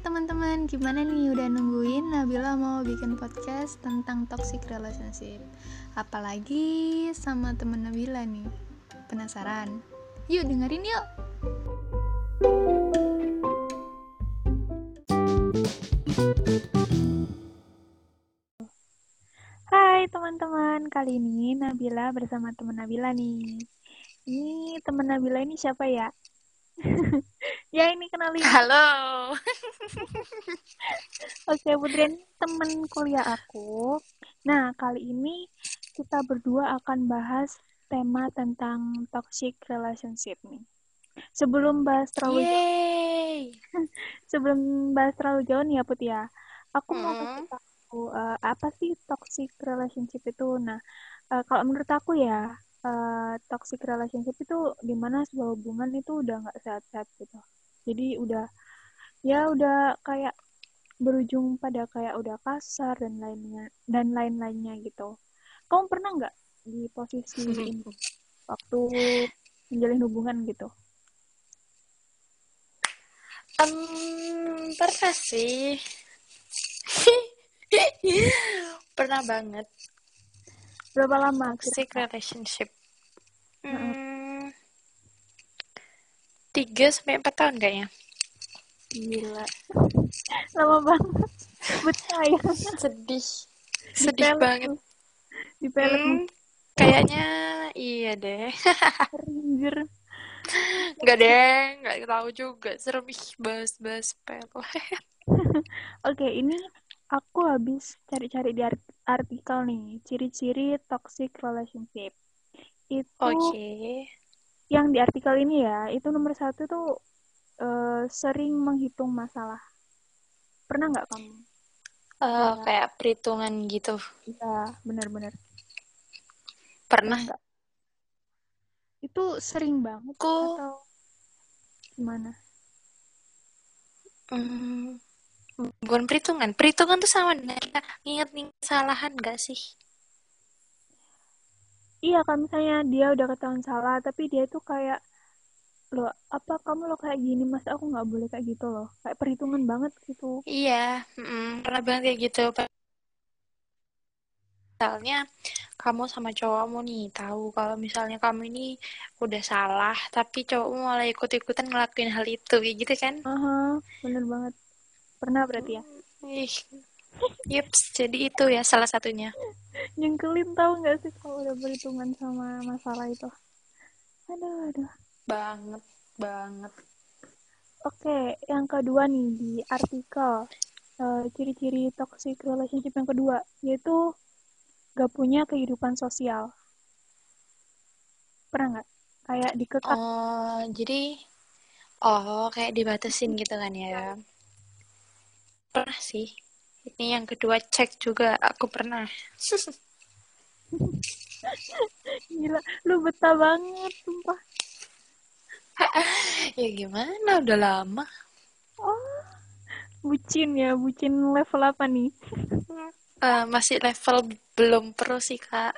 teman-teman, gimana nih udah nungguin Nabila mau bikin podcast tentang toxic relationship? Apalagi sama temen Nabila nih. Penasaran? Yuk dengerin yuk. Hai teman-teman, kali ini Nabila bersama temen Nabila nih. Ini temen Nabila ini siapa ya? Ya ini kenalin. Halo. Oke, Putri ini temen kuliah aku. Nah, kali ini kita berdua akan bahas tema tentang toxic relationship nih. Sebelum bahas terlalu Yeay. jauh nih ya Put ya, aku mau kasih Hmm. tahu apa sih toxic relationship itu. Nah, kalau menurut aku ya, toxic relationship itu dimana sebuah hubungan itu udah nggak sehat-sehat gitu. Jadi udah kayak berujung pada kayak udah kasar dan lain-lainnya gitu. Kamu pernah nggak di posisi ini waktu menjalin hubungan gitu? Pernah sih. Pernah banget. Berapa lama Toxic kira-kira? relationship. Heeh. 3 sampai 4 tahun kayaknya. Gila, lama banget. Betah ya, Sedih. Sedih dipelet banget. tuh, dipelet nih. Kayaknya iya deh. Ranger. Enggak deh, enggak tahu juga. Serem bahas-bahas pelet. Oke, ini aku habis cari-cari di artikel nih, ciri-ciri toxic relationship. Itu Oke. yang di artikel ini ya, itu nomor satu tuh sering menghitung masalah. Pernah nggak kamu? Kayak, Kayak perhitungan gitu. ya benar-benar. Pernah Pernah. nggak? Itu sering banget Aku atau gimana? hmm, bukan perhitungan. Perhitungan tuh sama dengan kita inget-inget kesalahan gak sih? Iya, kalau misalnya dia udah ketahuan salah, tapi dia tuh kayak, loh, apa kamu lo kayak gini, mas aku nggak boleh kayak gitu loh. Kayak perhitungan banget gitu. Iya, pernah banget kayak gitu. Misalnya kamu sama cowokmu nih tahu kalau misalnya kamu ini udah salah, tapi cowokmu malah ikut-ikutan ngelakuin hal itu, kayak gitu kan? Aha, bener banget. Pernah berarti ya? Ih, yups, jadi itu ya salah satunya. Nyengkelin tahu nggak sih kalau udah perhitungan sama masalah itu? Aduh, aduh. Banget, banget. Oke, yang kedua nih di artikel ciri-ciri toxic relationship yang kedua yaitu gak punya kehidupan sosial. Pernah nggak? Kayak dikekang. Jadi kayak dibatasin gitu kan ya. Pernah sih. Ini yang kedua cek juga aku pernah. Gila, lu betah banget, sumpah. Ya gimana, udah lama. Oh, bucin ya, bucin level apa nih? Masih level belum pro sih kak.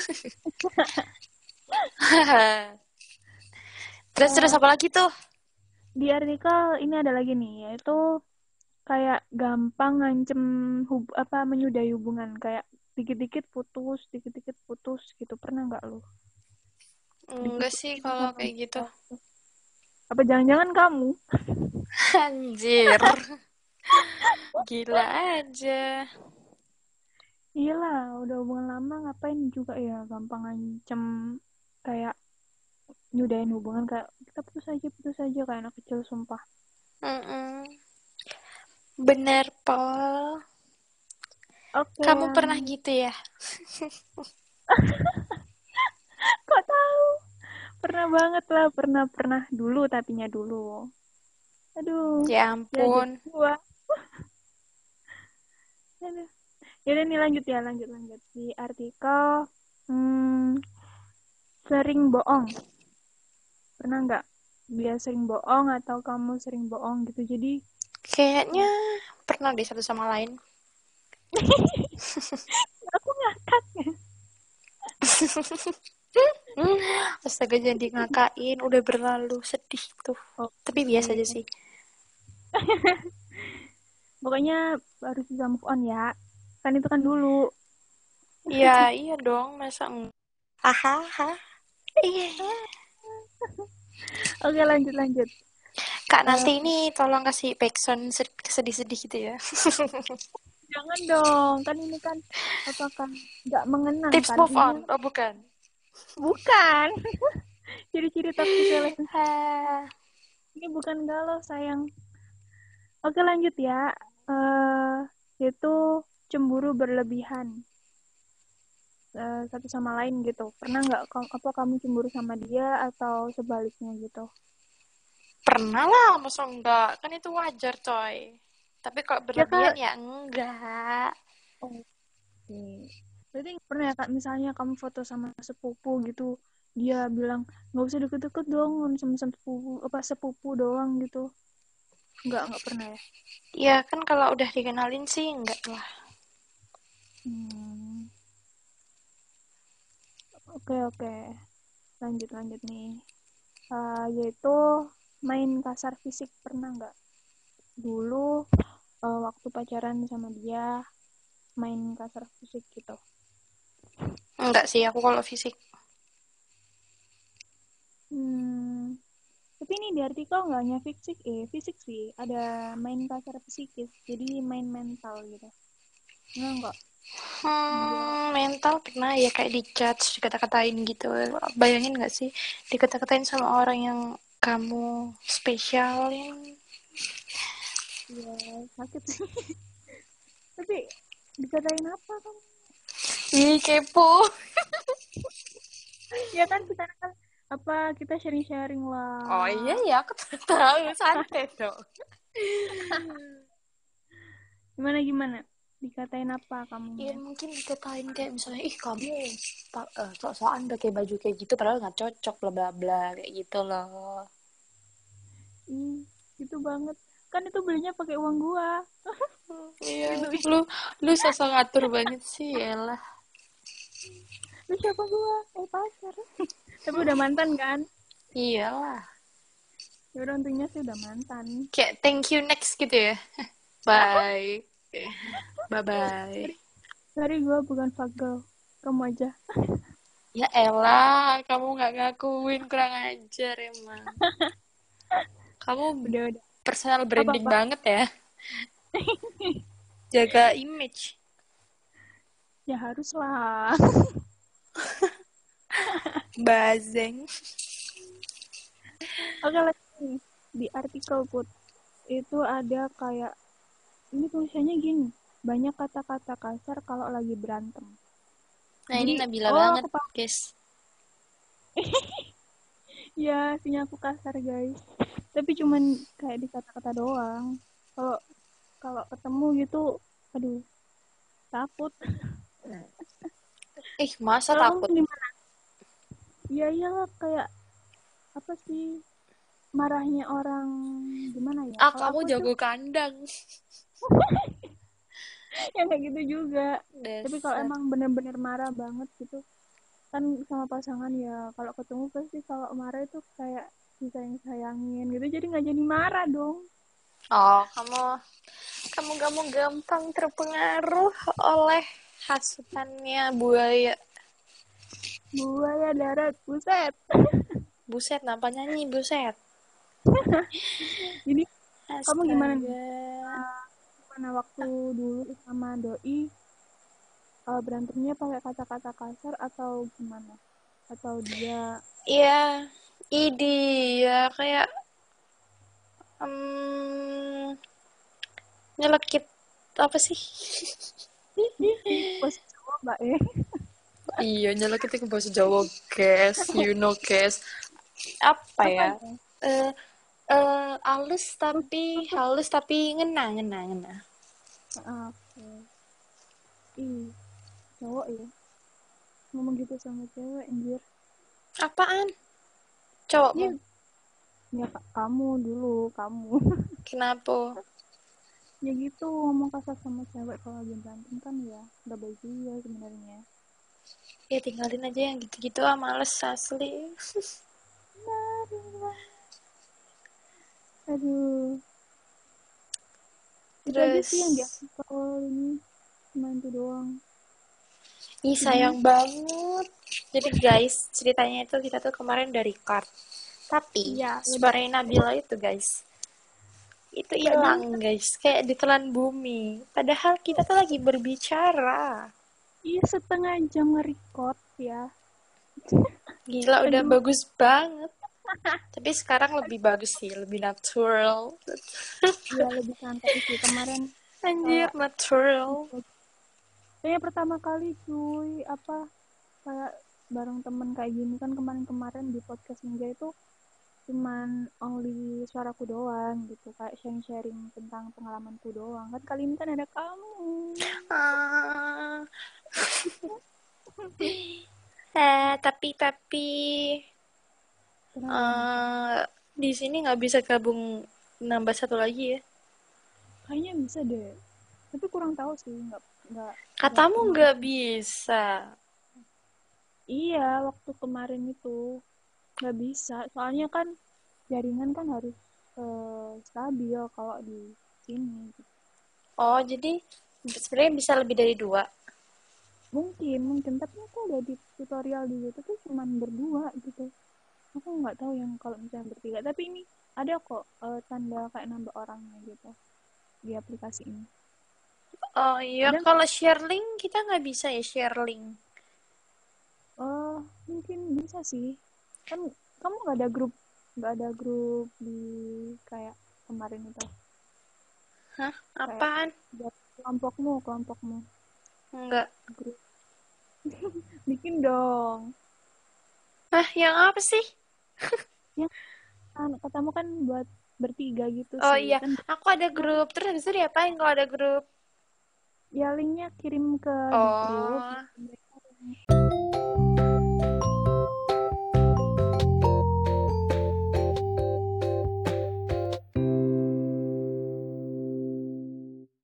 Terus Eh, apa lagi tuh? di artikel ini ada lagi nih, yaitu kayak gampang ngancem menyudahi hubungan, kayak dikit-dikit putus gitu. Pernah nggak lu Enggak sih diputusin kalau sama kayak gitu. dia? Apa jangan-jangan kamu? Anjir, gila aja. Iya lah, udah hubungan lama ngapain juga ya gampang ngancem kayak nyudahin hubungan kayak kita putus aja kayak anak kecil sumpah. Mm-mm. Bener, Pol. Oke, Kamu yang pernah gitu ya? kok tahu? Pernah banget lah, pernah pernah dulu tapinya dulu. Aduh, Ya ya jadi ampun. gua. Aduh. Yaudah nih lanjut di artikel hmm, sering bohong. Pernah nggak dia sering bohong atau kamu sering bohong gitu? Jadi Kayaknya pernah deh satu sama lain. aku ngakak ya. Astaga, jadi ngakain. Udah berlalu, sedih tuh. Tapi biasa Oke. aja sih. Pokoknya harus bisa move on ya. Kan itu kan dulu. Iya, iya dong, masa enggak? Hahaha. Iya. Oke, lanjut lanjut. Kak, Eh, nanti ini tolong kasih backsound sedih-sedih gitu ya. jangan dong, kan ini kan apakah nggak mengenang Tips kan? move Ini on. Oh, bukan. bukan. Ciri-ciri toxic relationship Ha. ini bukan galau sayang. Oke lanjut ya. Itu cemburu berlebihan satu sama lain gitu. Pernah nggak apa kamu cemburu sama dia atau sebaliknya gitu? Pernah lah, masa enggak? Kan itu wajar, coy. Tapi kalau Ya berlebihan kak. ya enggak. Oke. Berarti pernah ya kak, misalnya kamu foto sama sepupu gitu, dia bilang nggak usah deket-deket dong, sama sepupu apa sepupu doang gitu. Nggak pernah ya. Ya kan kalau udah dikenalin sih enggak lah. Hmm. Oke oke. Lanjut lanjut nih. Yaitu main kasar fisik pernah nggak? Dulu waktu pacaran sama dia main kasar fisik gitu. Enggak sih aku kalau fisik. Hmm, tapi ini di artikel nggak hanya fisik sih, ada main kasar psikis, jadi main mental gitu. Nggak dia. Mental pernah ya kayak dijudge, dikata-katain gitu. Bayangin nggak sih dikata-katain sama orang yang kamu spesialin? Ya sakit sih. Tapi dikatain apa kan? Ih, kepo. Ya kan kita kan apa kita sharing-sharing Oh iya lah. ya, aku tahu. Santai dong. Gimana gimana? Dikatain apa Iya kamunya? mungkin dikatain kayak misalnya, ih kamu sok-sokan pakai baju kayak gitu padahal nggak cocok bla bla bla kayak gitu loh. Ih, gitu banget. Kan itu belinya pakai uang gua. Iya, Gitu. lu sosok ngatur banget sih, elah. Lu siapa gua? Pacar. Tapi udah mantan kan? Iyalah. Ya udah untungnya sih udah mantan. Kayak thank you next gitu ya. Bye. Bye bye. Sorry, sorry gue bukan fuck girl. Kamu aja. Ya elah, kamu nggak ngakuin, kurang ajar emang. Kamu Udah. personal branding Apa-apa. banget ya. Jaga image. Ya harus lah. Bazeng. Oke lagi nih. Di artikel put itu ada kayak ini tulisannya gini. Banyak kata-kata kasar kalau lagi berantem. Nah ini Jadi, Nabila oh banget, aku paham. guys. Ya, sinya aku kasar guys. Tapi cuman kayak di kata-kata doang. Kalau kalau ketemu gitu, aduh, takut. Ih, masa Kalau kamu takut? gimana? Ya iyalah kayak apa sih marahnya orang gimana ya? Ah, Kalau kamu aku tuh jago kandang. ya kayak gitu juga. Tapi kalau Dasar. emang bener-bener marah banget gitu, kan sama pasangan ya. Kalau ketemu pasti kalau marah itu kayak disayang-sayangin gitu. Jadi nggak jadi marah dong. Oh, kamu gampang terpengaruh oleh hasutannya buaya. Buaya darat, buset. Buset, kenapa nyanyi buset? Jadi kamu gimana nih? Astaga. Gimana waktu dulu sama doi berantemnya pakai kata-kata kasar atau gimana? Atau dia Iya, ini ya kayak um, nyelekit apa sih? bos cowok mbak ya? Iya, nyelekit itu bahasa Jawa, guys. You know, guys. Apa Apa ya? ya? Eh Tusuk. halus tapi ngena ngena ngena. Oke. Ih, cowok ya. Ngomong gitu sama cewek, anjir. Apaan? Cowokmu? Iya, ya kamu dulu, kamu. Kenapa? Ya gitu, ngomong kasar sama cewek kalau lagi berantem kan ya. Gak baik juga sebenarnya. Ya tinggalin aja yang gitu-gitu ah, males asli. Marilah. Aduh. Itu aja Terus, sih yang di artikel ini, cuma itu doang. sayang Jadi banget. Jadi guys, ceritanya itu kita tuh kemarin dari kart. Tapi, ya suaranya Nabila itu guys, itu nggak hilang denger. guys. Kayak ditelan bumi. Padahal kita tuh lagi berbicara. Iya, setengah jam nge-record ya. Gila, udah Aduh, bagus banget. Tapi sekarang lebih bagus sih, lebih natural. iya lebih santai sih kemarin Anjir, kayak natural. kayaknya pertama kali cuy apa kayak bareng temen kayak gini kan kemarin-kemarin di podcast Ninja itu cuman only suaraku doang gitu kayak sharing-sharing tentang pengalamanku doang kan kali ini kan ada kamu. Ah, tapi Kenapa nih? di sini nggak bisa gabung nambah satu lagi ya. Kayaknya bisa deh tapi kurang tahu sih nggak Katamu pernah nggak bisa. iya waktu kemarin itu nggak bisa soalnya kan jaringan kan harus stabil kalau di sini gitu. Oh, jadi sebenarnya bisa lebih dari dua. Mungkin tapi aku udah di tutorial di YouTube tuh cuman berdua gitu aku nggak tahu yang kalau misalnya bertiga tapi ini ada kok tanda kayak nambah orangnya gitu di aplikasi ini Oh iya, ada nggak kalau share link kita nggak bisa ya share link. mungkin bisa sih kan kamu nggak ada grup di kayak kemarin itu Hah? kayak Apaan? buat kelompokmu Enggak. grup bikin dong Hah, yang apa sih? yang kan katamu kan buat bertiga gitu Oh sih iya, kan aku ada grup. Terus habis itu diapain kalau ada grup? ya linknya kirim ke di grup Oh, mereka